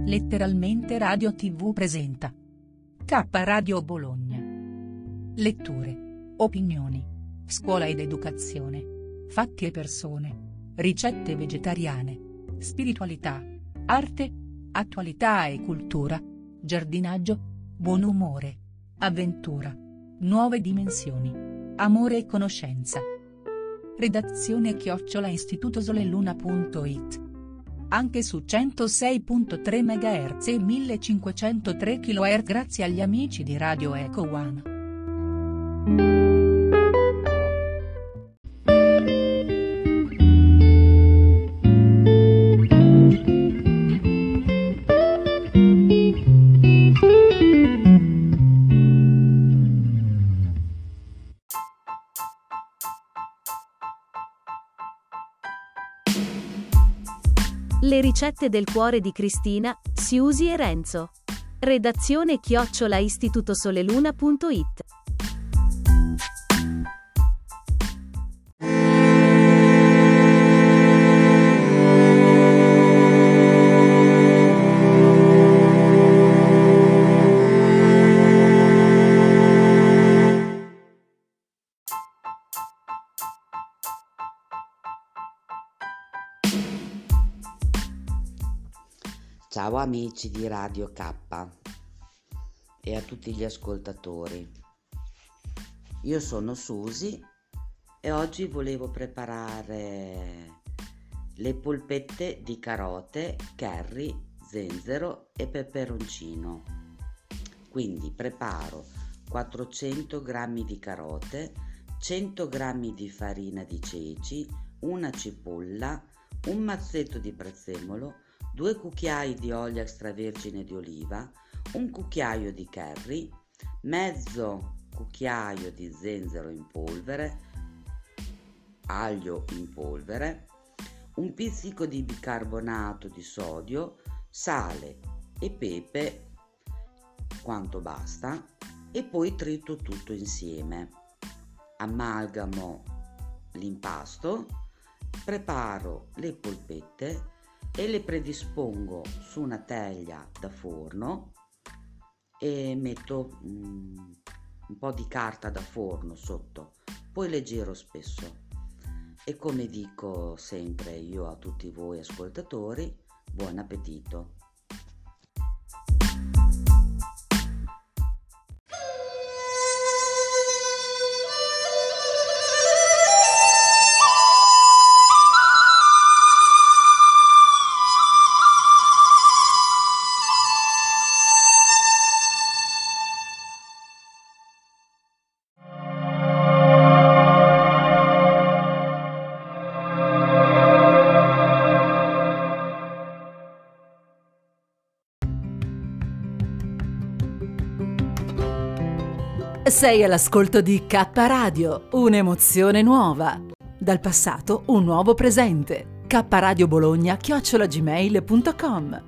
Letteralmente Radio TV presenta K Radio Bologna. Letture, opinioni, scuola ed educazione, fatti e persone, ricette vegetariane, spiritualità, arte, attualità e cultura, giardinaggio, buon umore, avventura, nuove dimensioni, amore e conoscenza. Redazione @istitutosoleluna.it. Anche su 106.3 MHz e 1503 kHz grazie agli amici di Radio Eco One. Le ricette del cuore di Cristina, Siusi e Renzo. Redazione @istitutosoleluna.it. Ciao amici di Radio K e a tutti gli ascoltatori. Io sono Susi e oggi volevo preparare le polpette di carote, curry, zenzero e peperoncino. Quindi preparo 400 g di carote, 100 g di farina di ceci, una cipolla, un mazzetto di prezzemolo, 2 cucchiai di olio extravergine di oliva, un cucchiaio di curry, mezzo cucchiaio di zenzero in polvere, aglio in polvere, un pizzico di bicarbonato di sodio, sale e pepe quanto basta e poi trito tutto insieme. Amalgamo l'impasto, preparo le polpette e le predispongo su una teglia da forno e metto un po' di carta da forno sotto, poi le giro spesso. E come dico sempre io a tutti voi ascoltatori, buon appetito! Sei all'ascolto di K Radio, un'emozione nuova. Dal passato un nuovo presente. K Radio Bologna @gmail.com.